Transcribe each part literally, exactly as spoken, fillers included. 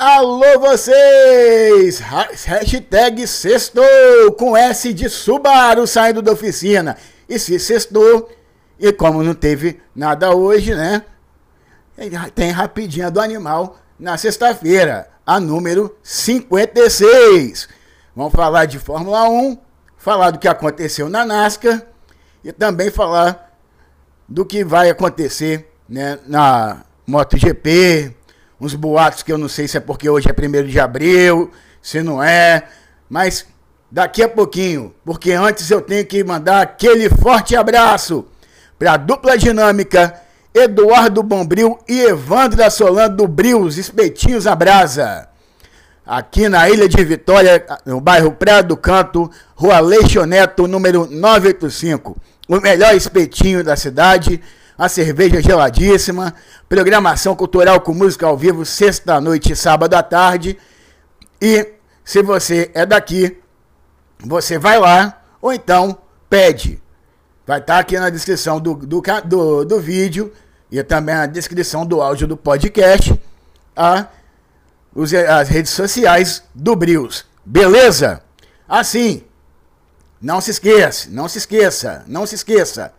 Alô vocês! Hashtag sextou com S de Subaru saindo da oficina. E se sextou, e como não teve nada hoje, né? Tem Rapidinha do Animal na sexta-feira, a número cinquenta e seis. Vamos falar de Fórmula um, falar do que aconteceu na NASCAR e também falar do que vai acontecer, né, na MotoGP. Uns boatos que eu não sei se é porque hoje é primeiro de abril, se não é, mas daqui a pouquinho, porque antes eu tenho que mandar aquele forte abraço para a dupla dinâmica Eduardo Bombril e Evandro Solano do Brios Espetinhos à Brasa, aqui na Ilha de Vitória, no bairro Praia do Canto, Rua Leixo Neto, número novecentos e oitenta e cinco, o melhor espetinho da cidade. A cerveja geladíssima, programação cultural com música ao vivo, sexta-noite e sábado à tarde. E se você é daqui, você vai lá, ou então pede. Vai estar aqui na descrição do, do, do, do vídeo e também na descrição do áudio do podcast, a, os, as redes sociais do Brios. Beleza? Assim, não se esqueça, não se esqueça, não se esqueça.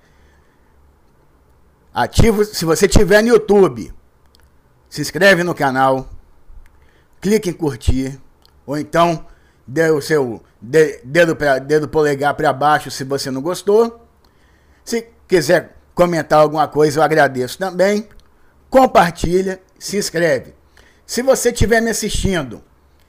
Ativo, se você estiver no YouTube, se inscreve no canal, clique em curtir, ou então dê o seu dedo, pra, dedo polegar para baixo se você não gostou. Se quiser comentar alguma coisa, eu agradeço também. Compartilha, se inscreve. Se você estiver me assistindo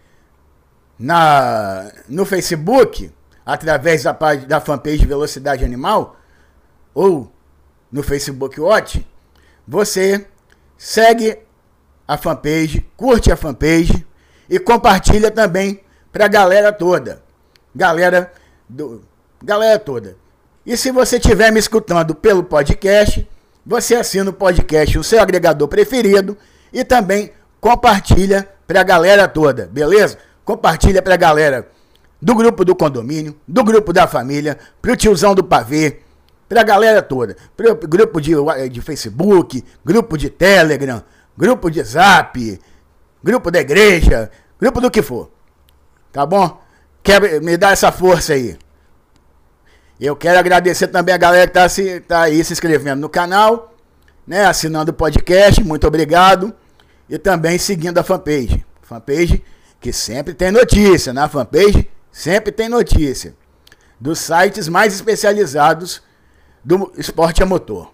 na, no Facebook, através da, da fanpage Velocidade Animal, ou no Facebook Watch, você segue a fanpage, curte a fanpage e compartilha também para a galera toda. Galera, do, galera toda. E se você estiver me escutando pelo podcast, você assina o podcast, o seu agregador preferido, e também compartilha para a galera toda, beleza? Compartilha para a galera do grupo do condomínio, do grupo da família, pro tiozão do pavê, pra galera toda, pro grupo de, de Facebook, grupo de Telegram, grupo de Zap, grupo da igreja, grupo do que for, tá bom? Quer me dar essa força aí? Eu quero agradecer também a galera que tá, se, tá aí se inscrevendo no canal, né, assinando o podcast, muito obrigado, e também seguindo a fanpage, fanpage que sempre tem notícia, na fanpage sempre tem notícia, dos sites mais especializados do esporte a motor.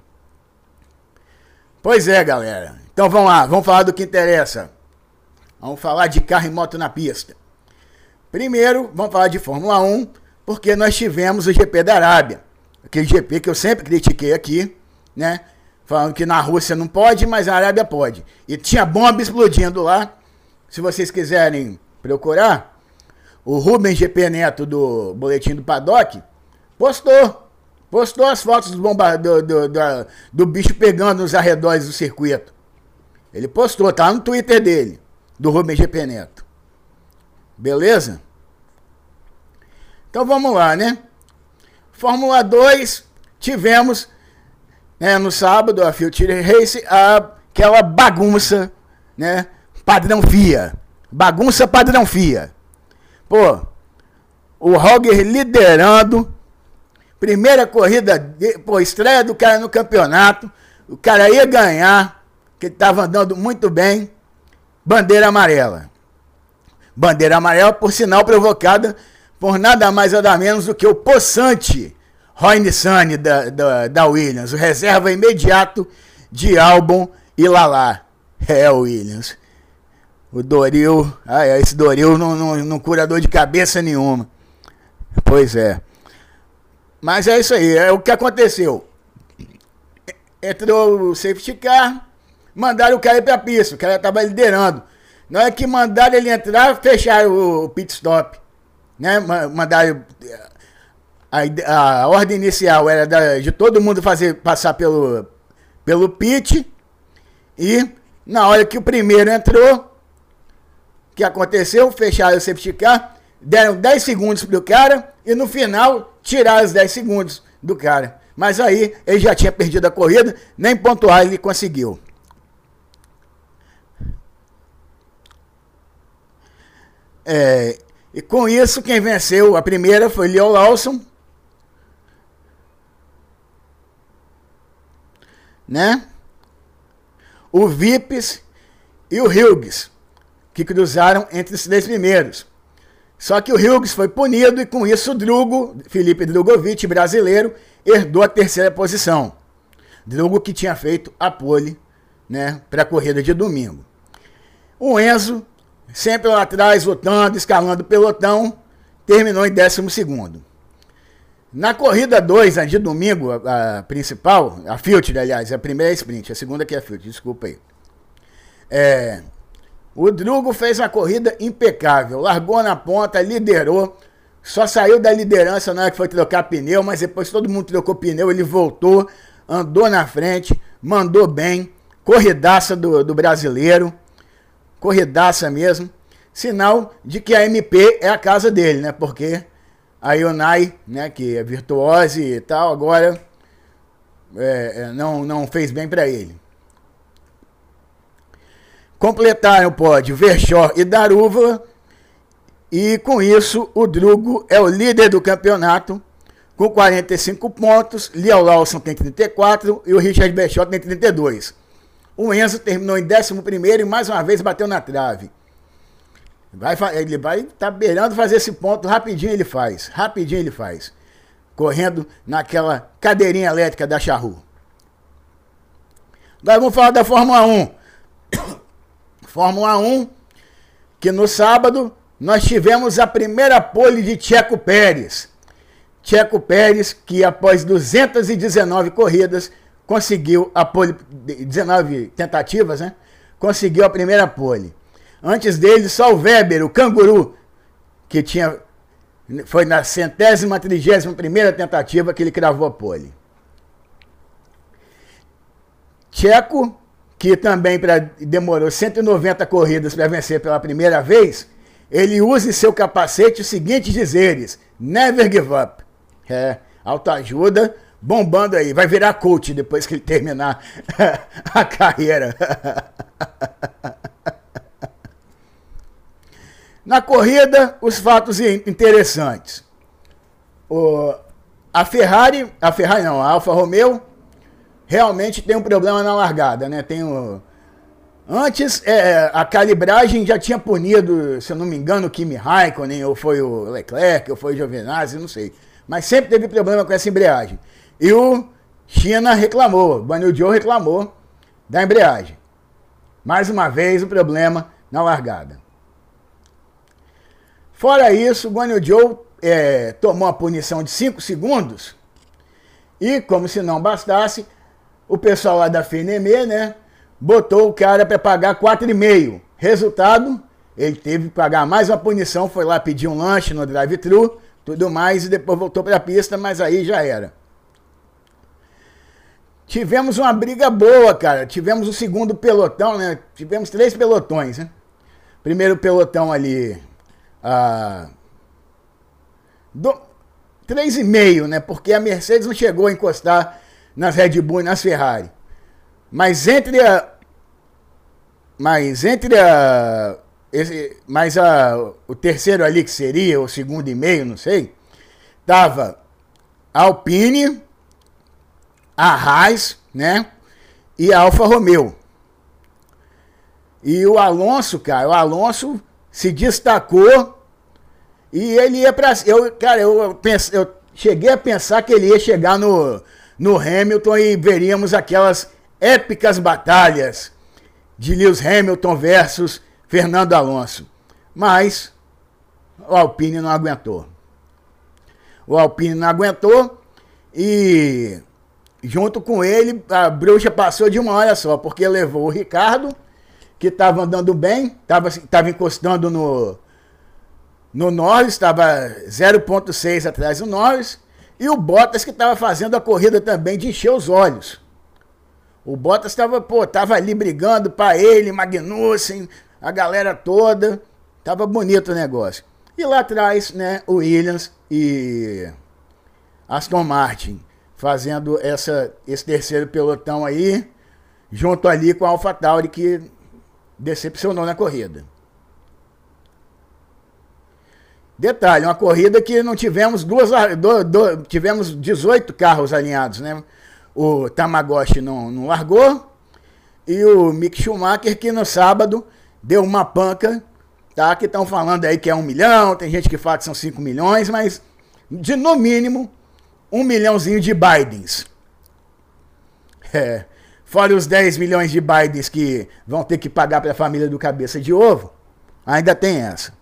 Pois é, galera. Então vamos lá, vamos falar do que interessa. Vamos falar de carro e moto na pista. Primeiro, vamos falar de Fórmula um, porque nós tivemos o G P da Arábia. Aquele G P que eu sempre critiquei aqui, né? Falando que na Rússia não pode, mas na Arábia pode. E tinha bomba explodindo lá. Se vocês quiserem procurar, o Rubens G P Neto do Boletim do Paddock postou. Postou as fotos do, bomba, do, do, do, do bicho pegando nos arredores do circuito. Ele postou, tá no Twitter dele, do Rubens G P Neto. Beleza? Então vamos lá, né? Fórmula dois, tivemos, né, no sábado, a Future Race, a, aquela bagunça, né? Padrão F I A. Bagunça padrão F I A. Pô, o Roger liderando. Primeira corrida, pô, estreia do cara no campeonato, o cara ia ganhar, que ele estava andando muito bem, bandeira amarela. Bandeira amarela, por sinal, provocada por nada mais nada menos do que o possante Roy Nissany da, da, da Williams, o reserva imediato de Albon e Lala. É, Williams. O Doril, ah, esse Doril não, não, não cura dor de cabeça nenhuma. Pois é. Mas é isso aí, é o que aconteceu. Entrou o safety car, mandaram o cara ir pra pista, o cara estava liderando. Na hora que mandaram ele entrar, fecharam o pit stop. Né? Mandaram. A, a ordem inicial era da, de todo mundo fazer, passar pelo, pelo pit. E na hora que o primeiro entrou, o que aconteceu? Fecharam o safety car, deram dez segundos pro cara e no final tiraram os dez segundos do cara. Mas aí ele já tinha perdido a corrida, nem pontuar ele conseguiu. É, e com isso, quem venceu a primeira foi Leo Lawson, né? O Vips e o Hughes, que cruzaram entre os três primeiros. Só que o Hughes foi punido e com isso o Drugo, Felipe Drugovich, brasileiro, herdou a terceira posição. Drugo que tinha feito a pole, né, para a corrida de domingo. O Enzo, sempre lá atrás, lutando, escalando o pelotão, terminou em décimo segundo. Na corrida dois, a de domingo, a, a principal, a Filter, aliás, a primeira é a sprint, a segunda que é a Filter, desculpa aí. É, o Drugo fez uma corrida impecável, largou na ponta, liderou, só saiu da liderança na hora que foi trocar pneu, mas depois todo mundo trocou pneu, ele voltou, andou na frente, mandou bem, corridaça do, do brasileiro, corridaça mesmo, sinal de que a M P é a casa dele, né, porque a Yonai, né, que é virtuose e tal, agora é, não, não fez bem para ele. Completaram o pódio Verschoor e Daruvala, e com isso o Drugo é o líder do campeonato, com quarenta e cinco pontos, Leo Lawson tem trinta e quatro e o Richard Verschoor tem trinta e dois. O Enzo terminou em décimo primeiro e mais uma vez bateu na trave. Vai, ele vai estar tá beirando fazer esse ponto, rapidinho ele faz, rapidinho ele faz. Correndo naquela cadeirinha elétrica da Charrua. Agora vamos falar da Fórmula um. Fórmula um, que no sábado nós tivemos a primeira pole de Checo Pérez. Checo Pérez, que após duzentas e dezenove corridas, conseguiu a pole, dezenove tentativas, né? Conseguiu a primeira pole. Antes dele, só o Weber, o canguru, que tinha, foi na centésima, trigésima primeira tentativa que ele cravou a pole. Checo, que também pra, demorou cento e noventa corridas para vencer pela primeira vez, ele usa em seu capacete os seguintes dizeres: never give up. É, autoajuda, bombando aí, vai virar coach depois que ele terminar a carreira. Na corrida, os fatos interessantes. O, a Ferrari, a Ferrari não, a Alfa Romeo, realmente tem um problema na largada, né? Tem o, antes, é, a calibragem já tinha punido, se eu não me engano, o Kimi Raikkonen, ou foi o Leclerc, ou foi o Giovinazzi, não sei. Mas sempre teve problema com essa embreagem. E o China reclamou, o Guan Yu Zhou reclamou da embreagem. Mais uma vez, o problema na largada. Fora isso, o Guan Yu Zhou é, tomou a punição de cinco segundos e, como se não bastasse, o pessoal lá da F N M E, né, botou o cara para pagar quatro vírgula cinco. Resultado, ele teve que pagar mais uma punição, foi lá pedir um lanche no drive-thru, tudo mais, e depois voltou para a pista, mas aí já era. Tivemos uma briga boa, cara. Tivemos o segundo pelotão, né? Tivemos três pelotões, né? Primeiro pelotão ali... Ah, do, três e meio, né? Porque a Mercedes não chegou a encostar nas Red Bull e nas Ferrari. Mas entre a... Mas entre a... Esse, mas a, o terceiro ali, que seria o segundo e meio, não sei, tava a Alpine, a Haas, né? E a Alfa Romeo. E o Alonso, cara, o Alonso se destacou e ele ia para... Eu, cara, eu, pense, eu cheguei a pensar que ele ia chegar no, no Hamilton e veríamos aquelas épicas batalhas de Lewis Hamilton versus Fernando Alonso. Mas o Alpine não aguentou. O Alpine não aguentou e junto com ele a bruxa passou de uma hora só, porque levou o Ricardo, que estava andando bem, estava encostando no, no Norris, estava zero ponto seis atrás do Norris, e o Bottas, que estava fazendo a corrida também de encher os olhos. O Bottas estava, pô, tava ali brigando para ele, Magnussen, a galera toda, tava bonito o negócio. E lá atrás, né, o Williams e Aston Martin fazendo essa, esse terceiro pelotão aí, junto ali com a AlphaTauri, que decepcionou na corrida. Detalhe, uma corrida que não tivemos duas, do, do, tivemos dezoito carros alinhados, né? O Tamagotchi não, não largou e o Mick Schumacher que no sábado deu uma panca, tá? Que estão falando aí que é um milhão, tem gente que fala que são cinco milhões, mas de no mínimo um milhãozinho de Bidens. É, fora os dez milhões de Bidens que vão ter que pagar para a família do Cabeça de Ovo, ainda tem essa.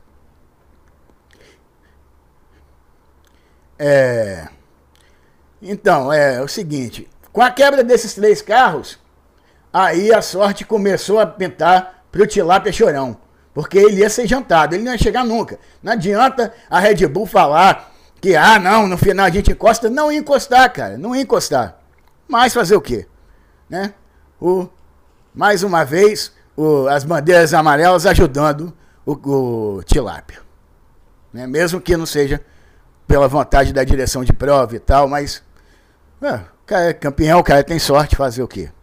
É, então, é o seguinte, com a quebra desses três carros, aí a sorte começou a pintar pro Tilápia Chorão, porque ele ia ser jantado, ele não ia chegar nunca. Não adianta a Red Bull falar que, ah, não, no final a gente encosta, não ia encostar, cara, não ia encostar. Mas fazer o quê? Né? O, mais uma vez, o, as bandeiras amarelas ajudando o, o Tilápia. Né? Mesmo que não seja pela vontade da direção de prova e tal, mas é, o cara é campeão, o cara tem sorte, fazer o quê?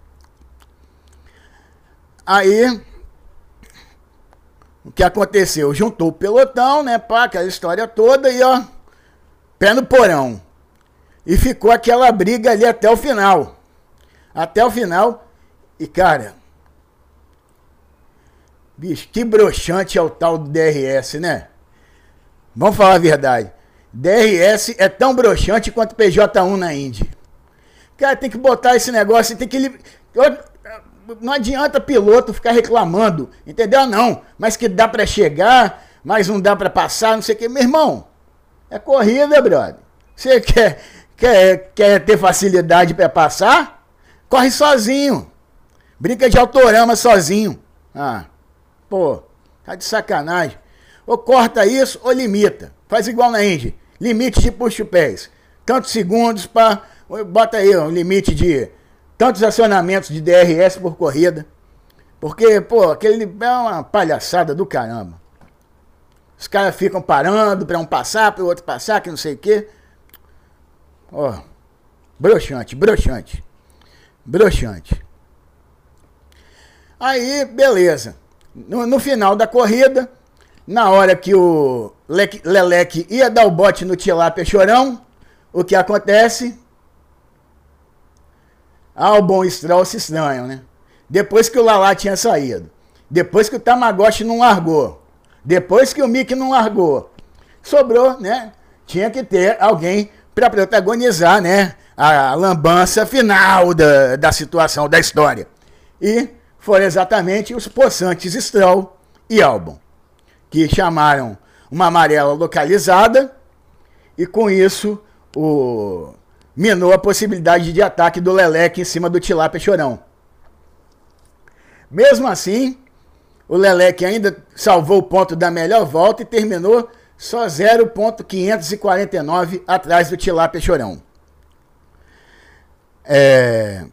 Aí, o que aconteceu? Juntou o pelotão, né, pá, aquela história toda e, ó, pé no porão. E ficou aquela briga ali até o final. Até o final. E, cara, bicho, que broxante é o tal do D R S, né? Vamos falar a verdade. D R S é tão broxante quanto P J um na Indy. Cara, tem que botar esse negócio, tem que... Não adianta piloto ficar reclamando, entendeu? Não, mas que dá pra chegar, mas não dá pra passar, não sei o que. Meu irmão, é corrida, brother. Você quer, quer, quer ter facilidade pra passar? Corre sozinho. Brinca de autorama sozinho. Ah, pô, tá de sacanagem. Ou corta isso ou limita. Faz igual na Indy. Limite de puxa-pés. Tantos segundos para... Bota aí um limite de tantos acionamentos de D R S por corrida. Porque, pô, aquele é uma palhaçada do caramba. Os caras ficam parando para um passar, para o outro passar, que não sei o quê. Ó, broxante, broxante. Broxante. Aí, beleza. No, no final da corrida, na hora que o Leleque ia dar o bote no Tilápia Chorão, o que acontece? Albon e Stroll se estranham, né? Depois que o Lalá tinha saído, depois que o Tamagotchi não largou, depois que o Mick não largou, sobrou, né? Tinha que ter alguém para protagonizar, né? A lambança final da, da situação, da história. E foram exatamente os possantes Stroll e Albon, que chamaram uma amarela localizada e com isso o... minou a possibilidade de ataque do Leleque em cima do Tilápia Chorão. Mesmo assim, o Leleque ainda salvou o ponto da melhor volta e terminou só zero ponto quinhentos e quarenta e nove atrás do Tilápia Chorão. É...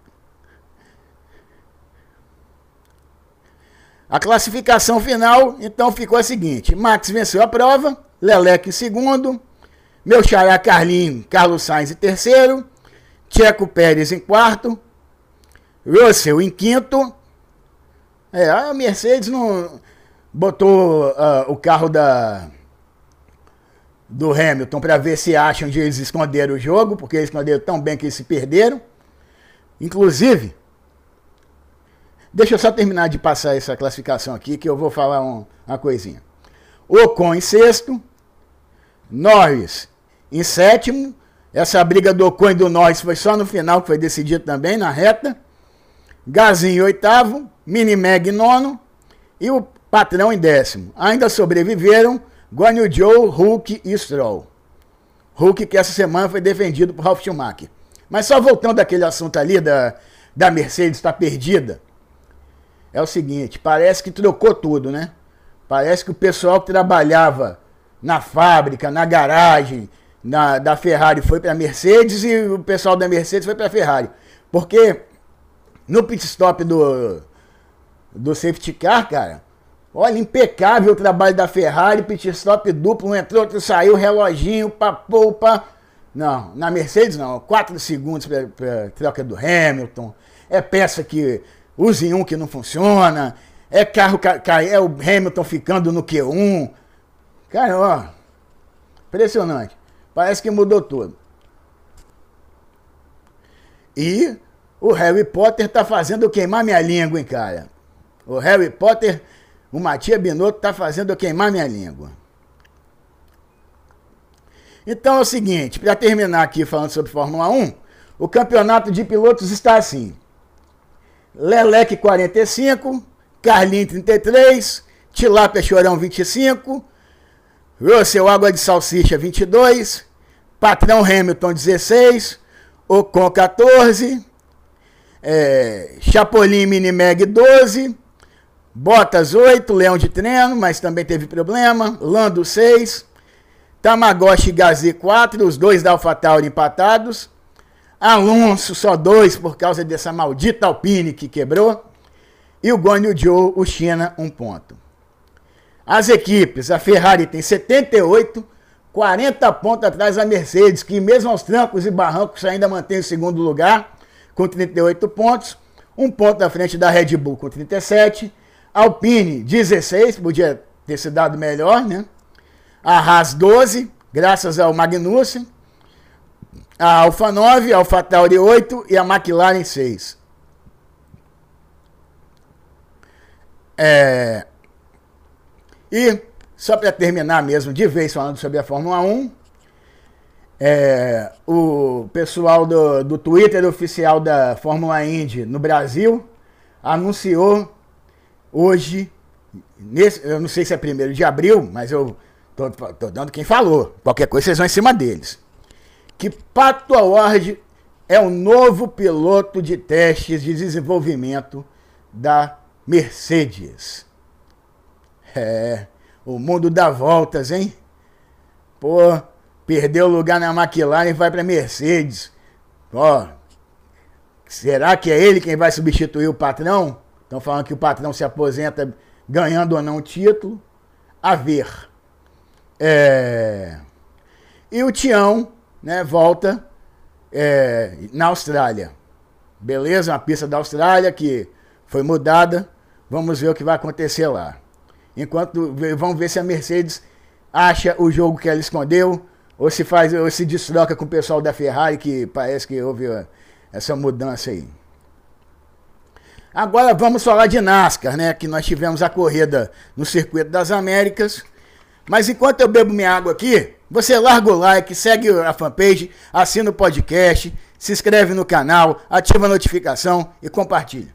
A classificação final, então, ficou a seguinte. Max venceu a prova, Leleque em segundo, meu xará Carlinho, Carlos Sainz em terceiro, Checo Pérez em quarto, Russell em quinto. É, a Mercedes não botou uh, o carro da, do Hamilton para ver se acham de eles esconderam o jogo, porque eles esconderam tão bem que eles se perderam. Inclusive, deixa eu só terminar de passar essa classificação aqui, que eu vou falar um, uma coisinha. Ocon em sexto, Norris em sétimo. Essa briga do Ocon e do Norris foi só no final, que foi decidido também, na reta. Gasly em oitavo, Minimag em nono e o patrão em décimo. Ainda sobreviveram Guan Yu Zhou, Hulk e Stroll. Hulk que essa semana foi defendido por Ralf Schumacher. Mas só voltando daquele assunto ali da, da Mercedes estar perdida, é o seguinte, parece que trocou tudo, né? Parece que o pessoal que trabalhava na fábrica, na garagem na, da Ferrari foi para a Mercedes e o pessoal da Mercedes foi para a Ferrari. Porque no pit stop do, do safety car, cara, olha, impecável o trabalho da Ferrari, pit stop duplo, um entrou, outro saiu, reloginho, papou, pá. Não, na Mercedes não, quatro segundos para troca do Hamilton, é peça que usa em um que não funciona, é carro, é o Hamilton ficando no Q um. Cara, ó, Impressionante. Parece que mudou tudo. E o Harry Potter tá fazendo eu queimar minha língua, hein, cara. O Harry Potter, o Matias Binotto tá fazendo eu queimar minha língua. Então é o seguinte, para terminar aqui falando sobre Fórmula um, o campeonato de pilotos está assim. Leleque quarenta e cinco, Carlinhos trinta e três, Tilápia Chorão vinte e cinco, Russell Água de Salsicha vinte e dois, Patrão Hamilton dezesseis, Ocon quatorze, é, Chapolin Minimeg doze, Bottas oito, Leão de Treino, mas também teve problema, Lando seis, Tamagotchi e Gasly quatro, os dois da AlphaTauri empatados, Alonso só dois por causa dessa maldita Alpine que quebrou, e o Guanyu Zhou, o China, um ponto. As equipes, a Ferrari tem setenta e oito, quarenta pontos atrás da Mercedes, que mesmo aos trancos e barrancos ainda mantém o segundo lugar, com trinta e oito pontos, um ponto à frente da Red Bull com trinta e sete, Alpine dezesseis, podia ter se dado melhor, né? A Haas doze, graças ao Magnussen, a Alfa nove, a AlphaTauri oito e a McLaren seis. É... E, só para terminar mesmo de vez falando sobre a Fórmula um, é... o pessoal do, do Twitter oficial da Fórmula Indy no Brasil anunciou hoje, nesse, eu não sei se é primeiro de abril, mas eu tô, tô dando quem falou, qualquer coisa vocês vão em cima deles, que Pato Award é o novo piloto de testes de desenvolvimento da Mercedes. É, o mundo dá voltas, hein? Pô, perdeu o lugar na McLaren e vai para Mercedes. Ó, será que é ele quem vai substituir o patrão? Estão falando que o patrão se aposenta ganhando ou não o título. A ver. É... E o Tião, né, volta é, na Austrália. Beleza? Uma pista da Austrália que foi mudada. Vamos ver o que vai acontecer lá. Enquanto vamos ver se a Mercedes acha o jogo que ela escondeu ou se faz ou se destroca com o pessoal da Ferrari, que parece que houve essa mudança aí. Agora vamos falar de NASCAR, né? Que nós tivemos a corrida no Circuito das Américas. Mas enquanto eu bebo minha água aqui, você larga o like, segue a fanpage, assina o podcast, se inscreve no canal, ativa a notificação e compartilha.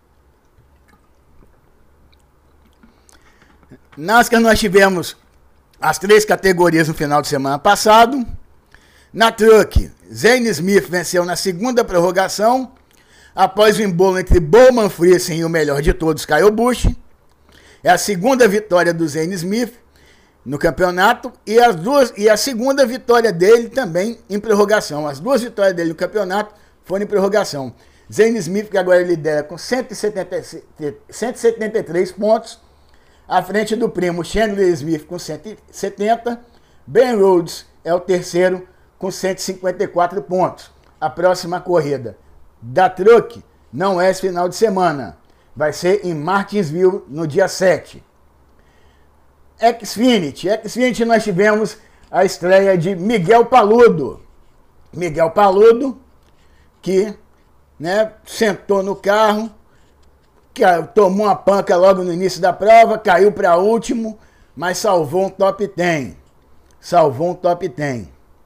NASCAR nós tivemos as três categorias no final de semana passado. Na Truck, Zane Smith venceu na segunda prorrogação, após o embolo entre Bowman Friesen e o melhor de todos, Kyle Busch. É a segunda vitória do Zane Smith no campeonato e, as duas, e a segunda vitória dele também em prorrogação. As duas vitórias dele no campeonato foram em prorrogação. Zane Smith, que agora lidera com cento e setenta e três pontos, à frente do primo Chandler Smith com cento e setenta. Ben Rhodes é o terceiro com cento e cinquenta e quatro pontos. A próxima corrida da Truck não é esse final de semana. Vai ser em Martinsville no dia sete. Xfinity. Xfinity nós tivemos a estreia de Miguel Paludo. Miguel Paludo, que, né, sentou no carro, que tomou uma panca logo no início da prova, caiu para último, mas salvou um top dez. Salvou um top dez.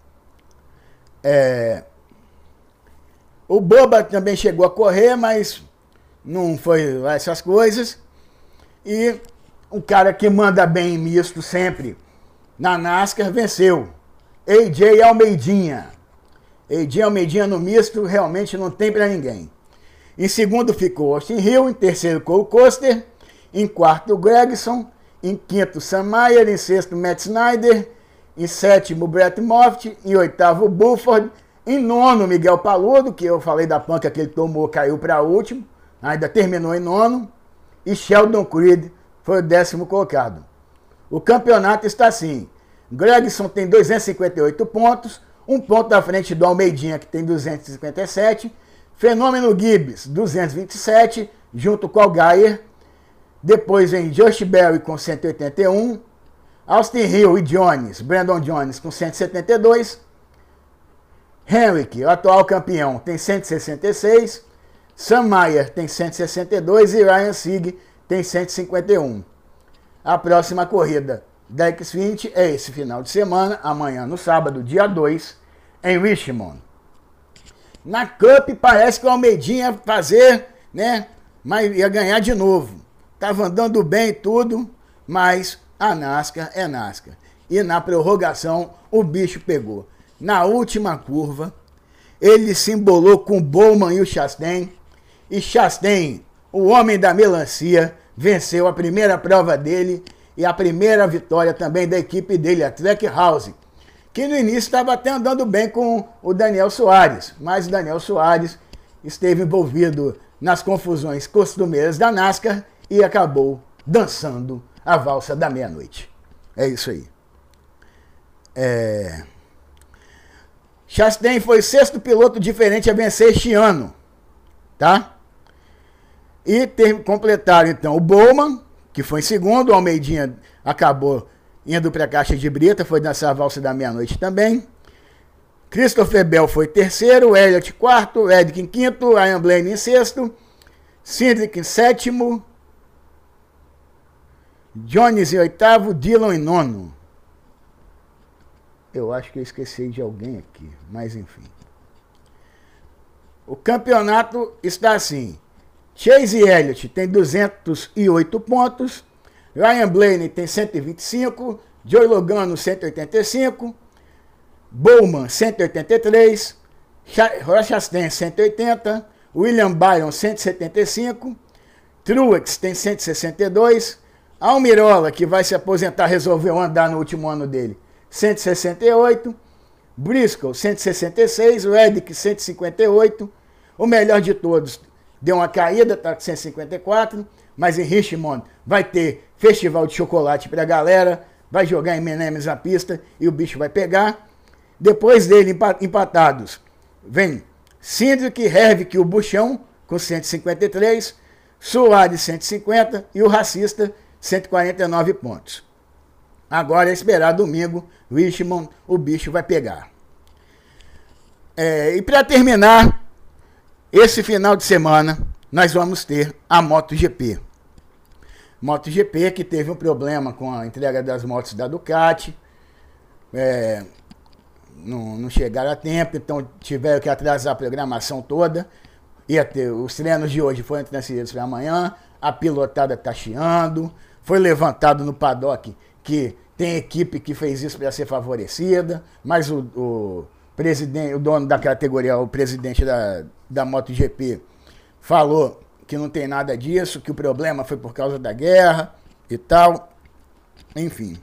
É... O Boba também chegou a correr, mas não foi essas coisas. E o cara que manda bem em misto sempre na NASCAR venceu. A J Almeidinha. A J Almeidinha no misto realmente não tem para ninguém. Em segundo ficou Austin Hill, em terceiro Cole Custer, em quarto Gregson, em quinto Sam Mayer, em sexto Matt Snyder, em sétimo Brett Moffitt, em oitavo Buford, em nono Miguel Paludo, que eu falei da panca que ele tomou, caiu para último, ainda terminou em nono, e Sheldon Creed foi o décimo colocado. O campeonato está assim: Gregson tem duzentos e cinquenta e oito pontos, um ponto à frente do Almeidinha, que tem duzentos e cinquenta e sete, Fenômeno Gibbs, duzentos e vinte e sete, junto com o Geyer. Depois vem Josh Berry com cento e oitenta e um, Austin Hill e Jones, Brandon Jones com cento e setenta e dois. Henrique, o atual campeão, tem cento e sessenta e seis. Sam Mayer tem cento e sessenta e dois e Ryan Sieg tem cento e cinquenta e um. A próxima corrida da Xfinity é esse final de semana, amanhã no sábado, dia dois, em Richmond. Na Cup parece que o Almeidinha ia fazer, né, mas ia ganhar de novo. Tava andando bem e tudo, mas a NASCAR é NASCAR. E na prorrogação o bicho pegou. Na última curva, ele se embolou com o Bowman e o Chastain. E Chastain, o homem da melancia, venceu a primeira prova dele e a primeira vitória também da equipe dele, a Trackhouse, que no início estava até andando bem com o Daniel Soares, mas o Daniel Soares esteve envolvido nas confusões costumeiras da NASCAR e acabou dançando a valsa da meia-noite. É isso aí. É... Chastain foi o sexto piloto diferente a vencer este ano, tá? E ter, completaram então o Bowman, que foi em segundo, o Almeidinha acabou indo para a caixa de brita, foi dançar a valsa da meia-noite também. Christopher Bell foi terceiro, Elliott quarto, Reddick em quinto, Ryan Blaney em sexto, Cindric em sétimo, Jones em oitavo, Dillon em nono. Eu acho que eu esqueci de alguém aqui, mas enfim. O campeonato está assim. Chase Elliott tem duzentos e oito pontos, Ryan Blaney tem cento e vinte e cinco, Joey Logano cento e oitenta e cinco, Bowman cento e oitenta e três, Ross Chastain cento e oitenta, William Byron cento e setenta e cinco, Truex tem cento e sessenta e dois, Almirola, que vai se aposentar, resolveu andar no último ano dele, cento e sessenta e oito, Briscoe cento e sessenta e seis, Reddick cento e cinquenta e oito, o melhor de todos deu uma caída, está com cento e cinquenta e quatro, mas em Richmond vai ter festival de chocolate para a galera, vai jogar M and M's na pista e o bicho vai pegar. Depois dele, empatados, vem Cindric, Hervik e o Buchão com cento e cinquenta e três, Soares cento e cinquenta e o Racista cento e quarenta e nove pontos. Agora é esperar domingo, Richmond, o bicho vai pegar. É, e para terminar, esse final de semana nós vamos ter a MotoGP. MotoGP que teve um problema com a entrega das motos da Ducati, é, não, não chegaram a tempo, então tiveram que atrasar a programação toda. Ia ter, os treinos de hoje foram transferidos para amanhã, a pilotada tá chiando, foi levantado no paddock que tem equipe que fez isso para ser favorecida, mas o, o presidente, o dono da categoria, o presidente da, da MotoGP, falou que não tem nada disso, que o problema foi por causa da guerra e tal. Enfim.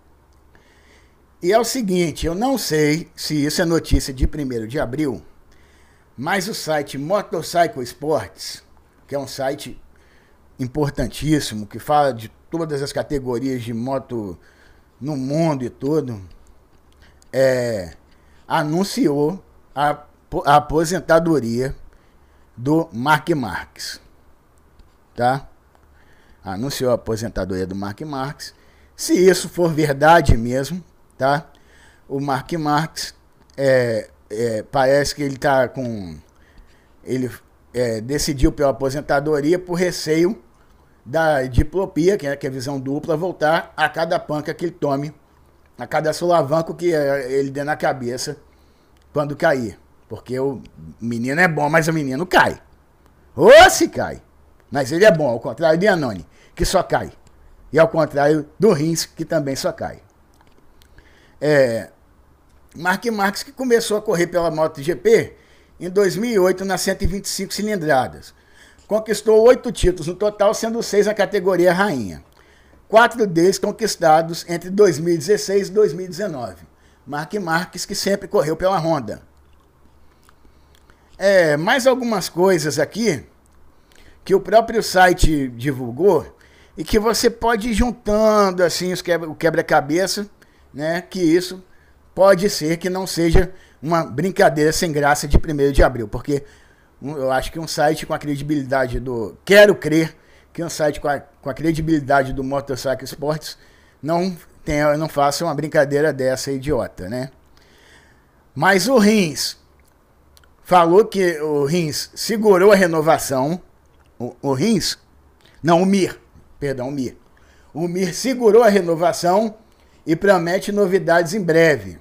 E é o seguinte, eu não sei se isso é notícia de primeiro de abril, mas o site Motorcycle Sports, que é um site importantíssimo, que fala de todas as categorias de moto no mundo e tudo, é, anunciou a, a aposentadoria do Marc Marques, tá? Anunciou a aposentadoria do Marc Marques. Se isso for verdade mesmo, tá? O Marc Marques é, é, parece que ele tá com, ele é, decidiu pela aposentadoria por receio da diplopia, que é, que é a visão dupla, voltar a cada panca que ele tome, a cada solavanco que ele dê na cabeça quando cair. Porque o menino é bom, mas o menino cai. Ou se cai. Mas ele é bom, ao contrário de Anoni, que só cai. E ao contrário do Rins, que também só cai. É, Marc Marques, que começou a correr pela MotoGP em dois mil e oito nas cento e vinte e cinco cilindradas. Conquistou oito títulos no total, sendo seis na categoria rainha. Quatro deles conquistados entre dois mil e dezesseis e dois mil e dezenove. Marc Marques, que sempre correu pela Honda. É, mais algumas coisas aqui que o próprio site divulgou e que você pode ir juntando assim os quebra, o quebra-cabeça, né? Que isso pode ser que não seja uma brincadeira sem graça de primeiro de abril, porque eu acho que um site com a credibilidade do... Quero crer que um site com a, com a credibilidade do Motorcycle Sports não tenha, não faça uma brincadeira dessa idiota, né? Mas o Rins falou que o Rins segurou a renovação. O, o Rins, não, o Mir, perdão, o Mir. O Mir segurou a renovação e promete novidades em breve.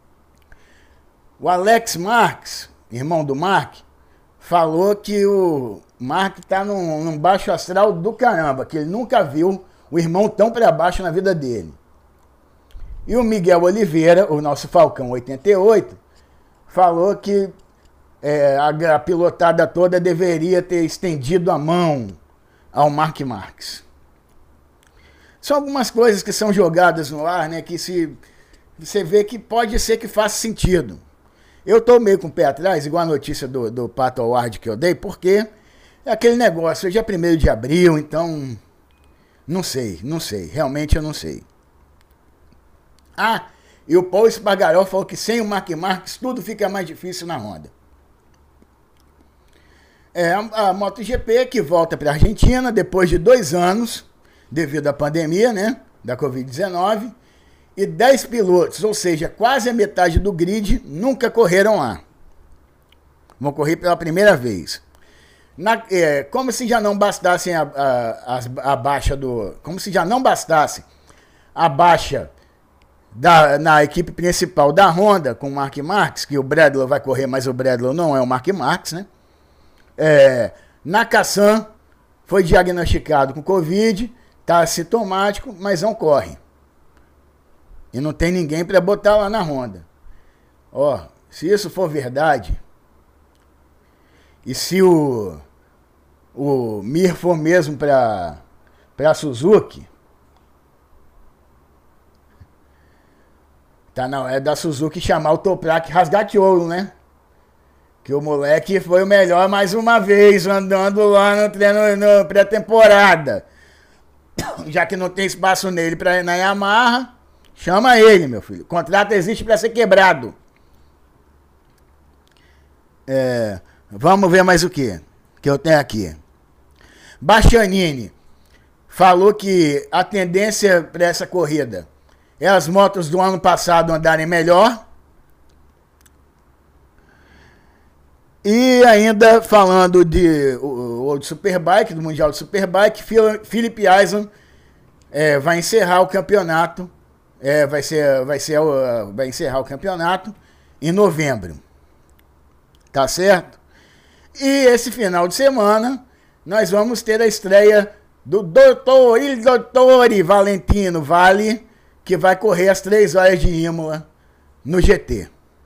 O Alex Marques, irmão do Mark, falou que o Mark tá num, num baixo astral do caramba, que ele nunca viu o irmão tão para baixo na vida dele. E o Miguel Oliveira, o nosso Falcão oitenta e oito, falou que é, a, a pilotada toda deveria ter estendido a mão ao Mark Marques. São algumas coisas que são jogadas no ar, né, que se, você vê que pode ser que faça sentido. Eu tô meio com o pé atrás, igual a notícia do, do Pato Award que eu dei, porque é aquele negócio, hoje é primeiro de abril, então não sei, não sei, realmente eu não sei. Ah, e o Paul Espargaró falou que sem o Mark Marques tudo fica mais difícil na Honda. É, a, a MotoGP que volta para a Argentina depois de dois anos, devido à pandemia, né, da covid dezenove, e dez pilotos, ou seja, quase a metade do grid, nunca correram lá. Vão correr pela primeira vez. Na, é, como se já não bastasse a, a, a, a baixa do... Como se já não bastasse a baixa da, na equipe principal da Honda, com o Mark Marques, que o Bradlow vai correr, mas o Bradlow não é o Mark Marques, né? É, Nakassan foi diagnosticado com Covid, está assintomático, mas não corre. E não tem ninguém para botar lá na Honda. Ó, se isso for verdade, e se o, o Mir for mesmo para para Suzuki, tá na hora da Suzuki chamar o Toprak Razgatioğlu, né? Que o moleque foi o melhor mais uma vez, andando lá no treino, no pré-temporada. Já que não tem espaço nele pra, na Yamaha, chama ele, meu filho. O contrato existe para ser quebrado. É, vamos ver mais o que que eu tenho aqui. Bastianini falou que a tendência para essa corrida é as motos do ano passado andarem melhor. E ainda falando de o World Superbike, do Mundial de Superbike, Philip Island é, vai encerrar o campeonato, é, vai, ser, vai, ser, vai encerrar o campeonato em novembro. Tá certo? E esse final de semana nós vamos ter a estreia do doutor Il Dottore Valentino Vale, que vai correr às três horas de Imola no G T.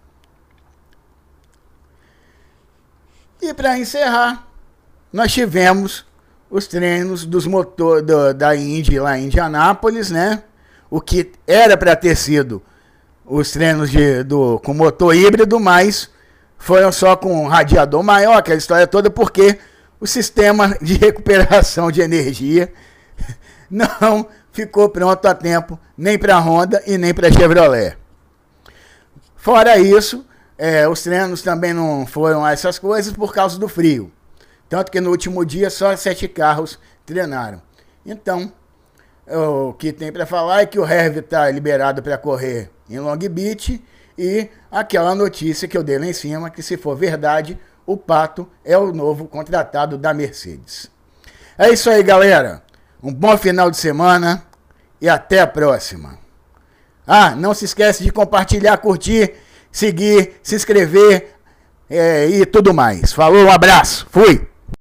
E para encerrar, nós tivemos os treinos dos motor, do, da Indy lá em Indianápolis, né? O que era para ter sido os treinos de, do, com motor híbrido, mas foram só com radiador maior, aquela história toda, porque o sistema de recuperação de energia não ficou pronto a tempo nem para a Honda e nem para a Chevrolet. Fora isso, É, os treinos também não foram essas coisas por causa do frio. Tanto que no último dia só sete carros treinaram. Então, o que tem para falar é que o Hervé está liberado para correr em Long Beach. E aquela notícia que eu dei lá em cima, que se for verdade, o Pato é o novo contratado da Mercedes. É isso aí, galera. Um bom final de semana e até a próxima. Ah, não se esquece de compartilhar, curtir, seguir, se inscrever é, e tudo mais. Falou, um abraço, fui!